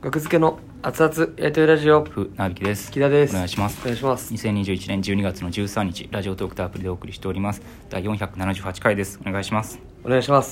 学付けの熱々やりとりラジオ、 なびきです。 木田です。 お願いします。 お願いします。 2021年12月の13日ラジオトークとアプリでお送りしております。第478回です。お願いします。 お願いします。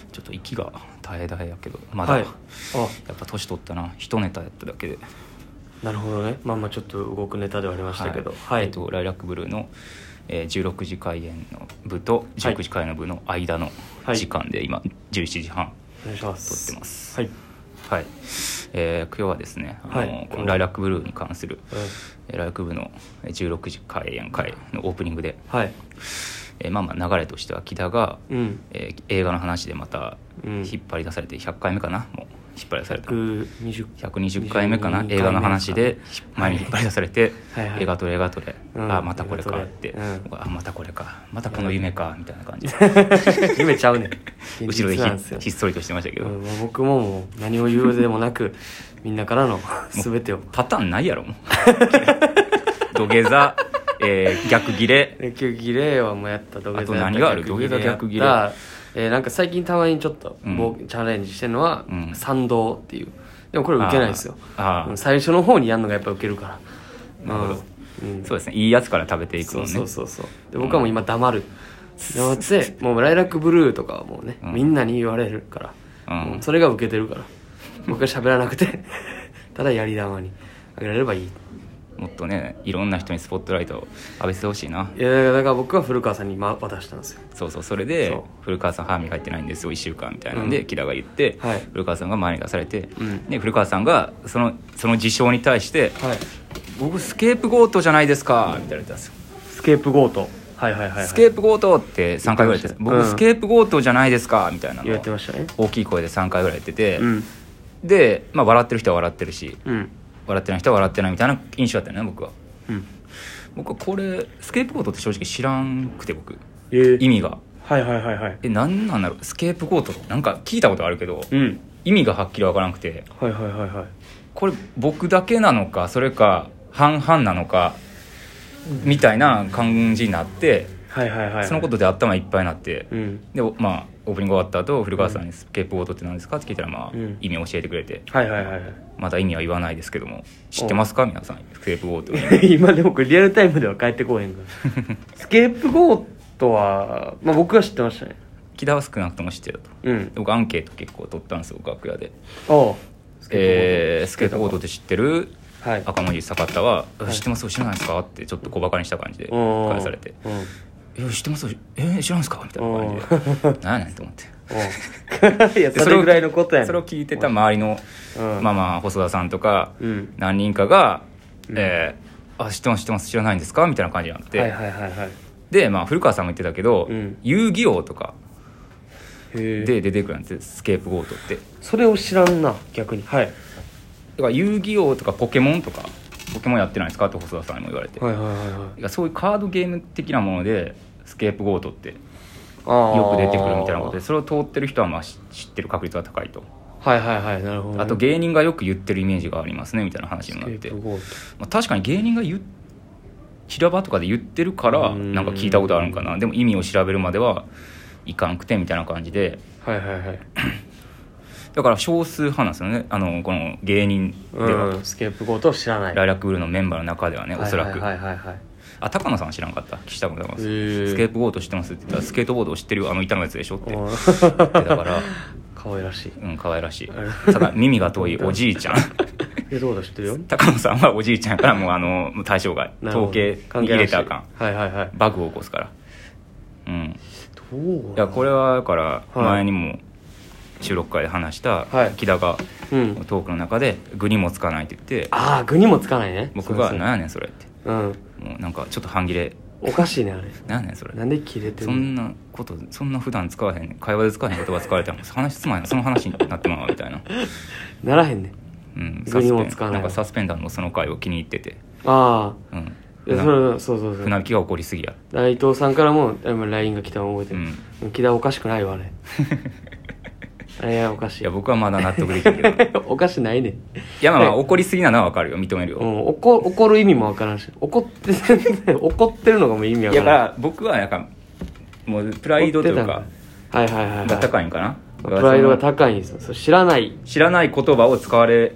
ちょっと息が絶え絶えやけどまだ、 はい、 やっぱ年取ったな。一ネタやっただけで。 なるほどね。まあちょっと動くネタではありましたけど、はい、 ライラックブルーの、16時開演の部と19時開演の部の間の時間で、今17時半お願いします。 撮ってます。 はいはい。今日はですね、このライラックブルーに関する、ライラック部の16時開演会のオープニングで、 はい、 流れとしては木田が、映画の話でまた引っ張り出されて100回目かな、もう引っ張り出された120回目かな、映画の話で前に引っ張り出されて映画撮れ、またこれかって、またこれか、またこの夢かみたいな感じで夢ちゃうねん後ろでひっそりとしてましたけど、 僕ももう何を言うでもなくみんなからの全てをパターンないやろもう土下座、逆ギレはもうやった。土下座、 あと何がある？土下座、逆ギレ、 なんか最近たまにちょっとチャレンジしてるのは、賛同っていう。でもこれ受けないですよ。最初の方にやるのがやっぱ受けるから。 なるほど、そうですね、いいやつから食べていくもんね。 そうで僕はもう今黙るってもうライラックブルーとかはもうね、みんなに言われるから、もうそれが受けてるから僕は喋らなくてただやり玉にあげられればいい。 もっとね、いろんな人にスポットライトを浴びせてほしいな。 いやだから僕は古川さんに渡したんですよ。 それで古川さん歯磨いてないんですよ1週間みたいなんで、木田が言って、古川さんが前に出されて、で古川さんがその事象に対して、僕スケープゴートじゃないですかみたいな言ったんですよ。 スケープゴート、 スケープゴートって3回ぐらい言って、僕スケープゴートじゃないですかみたいなのを言ってましたね。 大きい声で3回ぐらい言ってて、で、笑ってる人は笑ってるし、笑ってない人は笑ってないみたいな印象だったよね、僕は。僕はこれスケープゴートって正直知らんくて、僕、意味が何なんだろう。スケープゴートなんか聞いたことあるけど、意味がはっきり分からなくて、これ僕だけなのかそれか半々なのかみたいな感じになって、そのことで頭いっぱいになって、でオープニング終わった後古川さんにスケープゴートって何ですかって聞いたら、意味を教えてくれて、まだ意味は言わないですけども知ってますか皆さん、スケープゴート今でもこれリアルタイムでは帰ってこへんからスケープゴートは、僕は知ってましたね。 木田は少なくとも知ってたと、僕アンケート結構取ったんですよ、楽屋で。スケープゴートって知ってる？赤文字坂田は、知ってます？知らないですかってちょっと小バカにした感じで返されて、知ってます？知らないですかみたいな感じで何やねんと思っていやそれぐらいのことやねん。 それを聞いてた周りの細田さんとか何人かが、知ってます知らないんですかみたいな感じになって、で古川さんも言ってたけど、遊戯王とかで出てくるんですスケープゴートって。それを知らんな逆に。 だから遊戯王とかポケモンやってないですかって細田さんにも言われて、そういうカードゲーム的なものでスケープゴートってよく出てくるみたいなことで、それを通ってる人は知ってる確率が高いと。なるほど、ね、あと芸人がよく言ってるイメージがありますねみたいな話になって、確かに芸人が平場とかで言ってるからなんか聞いたことあるんかな、でも意味を調べるまではいかんくてみたいな感じで、だから少数派なんですよね、この芸人では、 スケープゴートを知らないライラックブルーのメンバーの中ではね、おそらく。高野さんは知らんかった。岸田君がスケープボード知ってますって言ったら、スケートボードを知ってる板のやつでしょって言ってたから可愛らしい。 可愛らしい。ただ耳が遠いおじいちゃんどうだ知ってるよ。 高野さんはおじいちゃんからもう対象外、統計に入れたらあかん、バグを起こすから。いやこれはだから前にも収録会で話した木田がトークの中で具にもつかないって言って、 具にもつかないね。 僕が何やねんそれって、もうなんかちょっと半切れ、 おかしいねあれ。 何やねんそれ、 なんで切れてるの。 そんな普段使わへん会話で使わへん言葉使われたら話つまんない、その話になってまうみたいなならへんねん。具にもつかない。 なんかサスペンダーのその回を気に入ってて、 そう船引きが起こりすぎや。 伊藤さんからも LINE が来たの覚えてる。木田おかしくないわあれいやおかしい。 いや僕はまだ納得できるけどおかしないね。いや怒りすぎなのは分かるよ、認めるよ。 怒る意味も分からんし、怒ってるのがもう意味分からん。 いやだから僕はなんかもうプライドというかが高いんかな。 プライドが高いんですよ。知らない言葉を使われ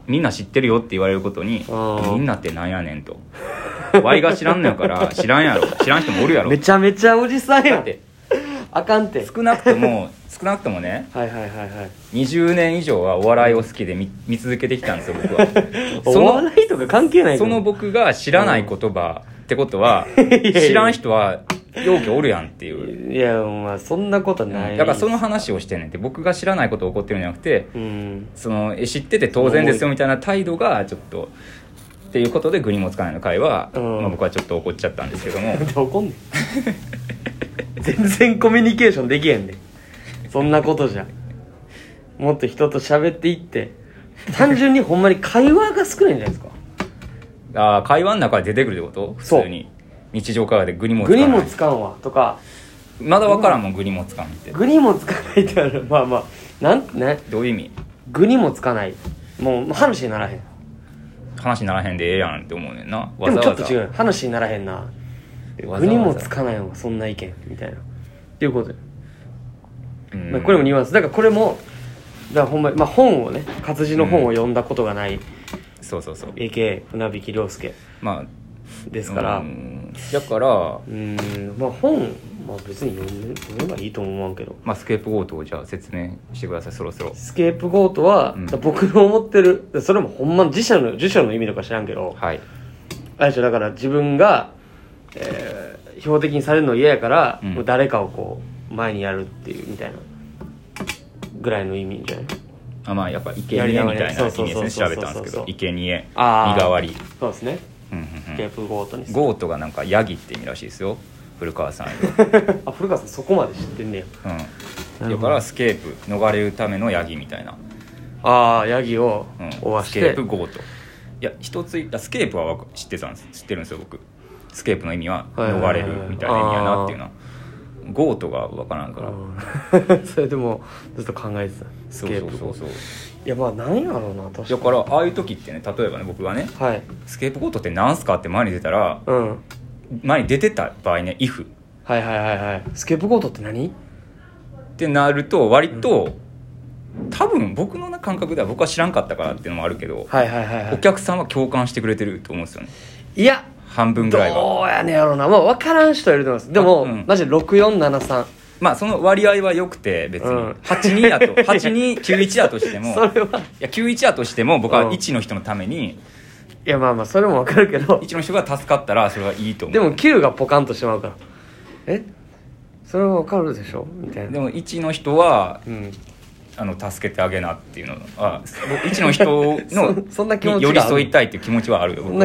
みんな知ってるよって言われることにみんなってなんやねんとワイが知らんのやから知らんやろ知らん人もおるやろめちゃめちゃおじさんやんだってあかんって少なくともねはいはいはいはい 20年以上はお笑いを好きで 見続けてきたんですよ僕はお笑いとか関係ないその僕が知らない言葉ってことは知らん人は容器おるやんっていういやまあそんなことないだからその話をしてんねんって僕が知らないこと起こってるんじゃなくて、 うん、 その知ってて当然ですよみたいな態度がちょっとっていうことで具にもつかないの会は、まあ、僕はちょっと怒っちゃったんですけども怒んねん全然コミュニケーションできへんねんそんなことじゃもっと人と喋っていって単純にほんまに会話が少ないんじゃないですかあ会話の中で出てくるってこと普通に日常会話で具にもつかない具にもつかんわとかまだ分からんもん具にもつかんって具にもつかないってあるまあまあなんねどういう意味具にもつかないもう話にならへん話にならへんでええやんって思うねんなでもちょっと違う話にならへんな具にもつかないわそんな意見みたいなっていうことで、まあ、これもニュアンスだからこれもだからほんまに、まあ、本をね活字の本を読んだことがない、 そうそうそう AK 船引亮介まあですからだからまあ本、まあ、別に読めばいいと思わんけど、 まあ、スケープゴートをじゃあ説明してくださいそろそろスケープゴートは、僕の思ってるそれもほんま辞書の意味とか知らんけど、 はいあれでしょだから自分が、標的にされるの嫌やから、もう誰かをこう前にやるっていうみたいなぐらいの意味じゃないあまあやっぱ生贄みたいな意味ですね調べたんですけど生贄身代わりそうですねスケープゴートにゴートがなんかヤギって意味らしいですよ古川さんあ古川さんそこまで知ってんねやだからスケープ逃れるためのヤギみたいなああヤギを追わして、 スケープゴートいや一つスケープは知ってるんですよ僕スケープの意味は逃れるみたいな意味やなっていうのはゴートが分からんからそれでもずっと考えてたスケープゴートいやまあ何やろうな確かにだからああいう時ってね例えばね僕がね、はい、スケープゴートって何すかって前に出たら、前に出てた場合ね if はいはいはいはいスケープゴートって何ってなると割と、多分僕の感覚では僕は知らんかったからっていうのもあるけど、 はいはいはいはい、 お客さんは共感してくれてると思うんですよねいや半分ぐらいはどうやねやろうな、まあ、分からん人いると思いますでも、マジで6473 まあその割合は良くて別に、82だと8291だとしてもそれはいや91だとしても僕は1の人のために、 いやまあまあそれも分かるけど 1の人が助かったらそれはいいと思うでも9がポカンとしてまうからそれは分かるでしょみたいなでも1の人は、助けてあげなっていうのは1の人のそんな気持ちが寄り添いたいっていう気持ちはあるよ僕は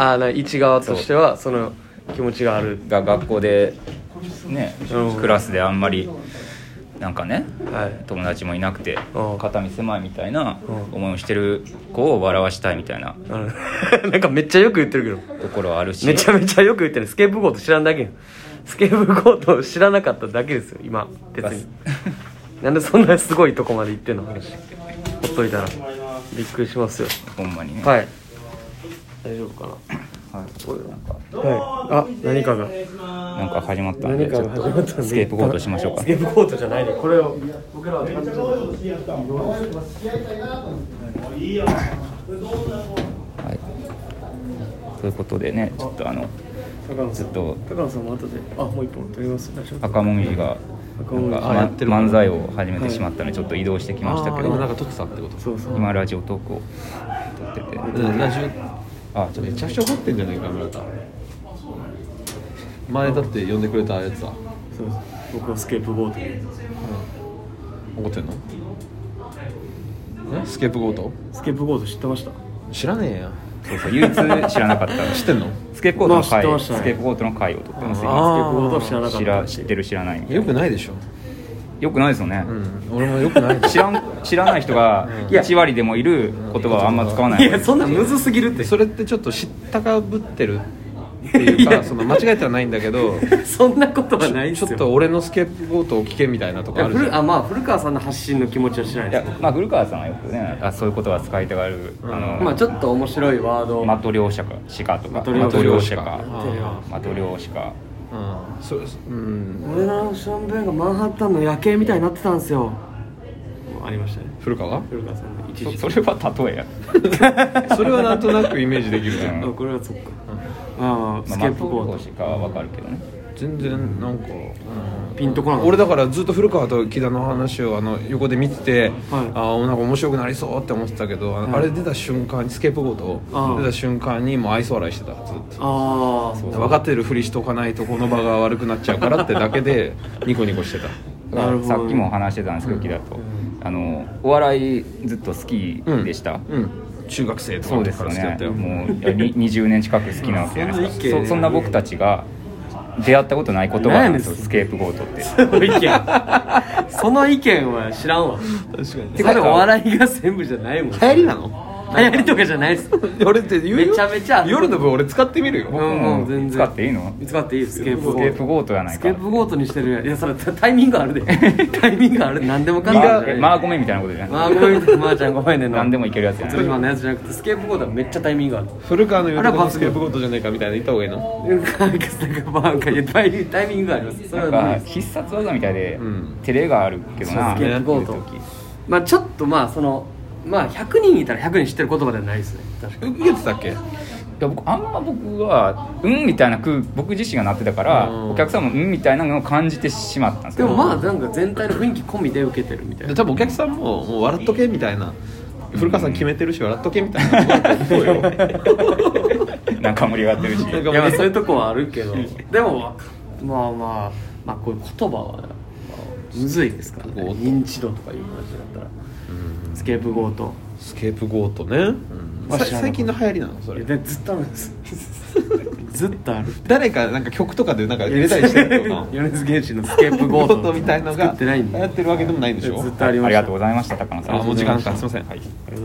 1側としてはその気持ちがあるが学校でね、クラスであんまりなんかね、友達もいなくて肩身狭いみたいな思いをしてる子を笑わしたいみたいななんかめっちゃよく言ってるけどところはあるしめちゃめちゃよく言ってるスケープゴート知らんだけスケープゴートを知らなかっただけですよ今別になんでそんなすごいとこまで行ってんの話ほっといたらびっくりしますよほんまにねはい大丈夫かなはい、何かがなんか始まったんでちょっとスケープゴートしましょうかスケープゴートじゃないでこれを僕らははいということでねちょっとずっと高野さんも後でもう一本取ります赤もみじが漫才を始めてしまったのでちょっと移動してきましたけど今なんか撮ってたってこと今ラジオトークを撮っててラジオめちゃくちゃ怒ってんじゃないか村田前だって呼んでくれたやつはそう僕はスケープゴートで、 怒ってんのスケープゴートスケープゴート知ってました知らねえやそう唯一知らなかった知ってんのスケープゴートの回、スケープゴートの回を撮ってますスケープゴート知らなかった知ってる知らないよくないでしょよくないですよね、 俺もよくない知らない人が1割でもいる言葉はあんま使わない。 いやそんなむずすぎるって。 それってちょっと知ったかぶってるっていうかその間違えてはないんだけどそんなことはないですよ。 ちょっと俺のスケープゴートを聞けみたいなとこあるじゃん。 まあ古川さんの発信の気持ちは知らないです。 まあ古川さんはよくねそういう言葉使いたがる、 まあちょっと面白いワードマトリョーシカとかマトリョーシカ俺のションベンがマンハッタンの夜景みたいになってたんですよ。ありましたね。 古川さんのそれは例えやそれはなんとなくイメージできるけど、 あこれはそっか、スケープゴートかは分かるけどね。 全然なんか、 ピンとこなかった。 俺だからずっと古川と木田の話を横で見てて、なんか面白くなりそうって思ってたけど、あれ出た瞬間にスケープゴート出た瞬間にもう愛想笑いしてたずっと。分かってるふりしとかないとこの場が悪くなっちゃうからってだけでニコニコしてた。 なるほど。さっきも話してたんですけど、木田とお笑いずっと好きでした。 中学生とかから好きだったよ。もう20年近く好きなわけじゃないですか。そんな僕たちが出会ったことない言葉なんですよ、スケープゴートって。 その意見は知らんわ。確かに。お笑いが全部じゃないもん。 流行りなの？ 流行りとかじゃないです。 俺って言うよ。 めちゃめちゃ夜の部俺使ってみるよ。 全然使っていいの？ 使っていい。スケープゴートやないか。 スケープゴートにしてるやん。いやそれタイミングあるで。タイミングある。何でもかんでも。 まあごめんみたいなことじゃない。 まあごめんみたいな。まあちゃんごめんね。 何でもいけるやつやね。今のやつじゃなくてスケープゴートはめっちゃタイミングある。 古川の言うとこのスケープゴートじゃないかみたいな言った方がいいの？ なんかタイミングがあります。 なんか必殺技みたいで照れがあるけどな。 スケープゴート。まあちょっとまあ100人いたら100人知ってる言葉ではないですね。確かに。 受けてたっけ？いや僕はみたいな僕自身がなってたからお客さんもみたいなのを感じてしまったんですけど、 でもまあなんか全体の雰囲気込みで受けてるみたいな。 多分お客さんもう笑っとけみたいな、古川さん決めてるし笑っとけみたいななんか盛り上がってるし、いやそういうとこはあるけどでもまあこういう言葉はむずいですからね。認知度とかいう話だったらスケープゴートね、最近の流行りなのそれ？ ずっとあるんですずっとある。 誰かなんか曲とかでなんか入れたりしてるの？ 米津玄師のスケープゴートみたいのが流行ってるわけでもないんでしょ？ ずっとありました。 ありがとうございました高野さん。 もう時間か、すいません。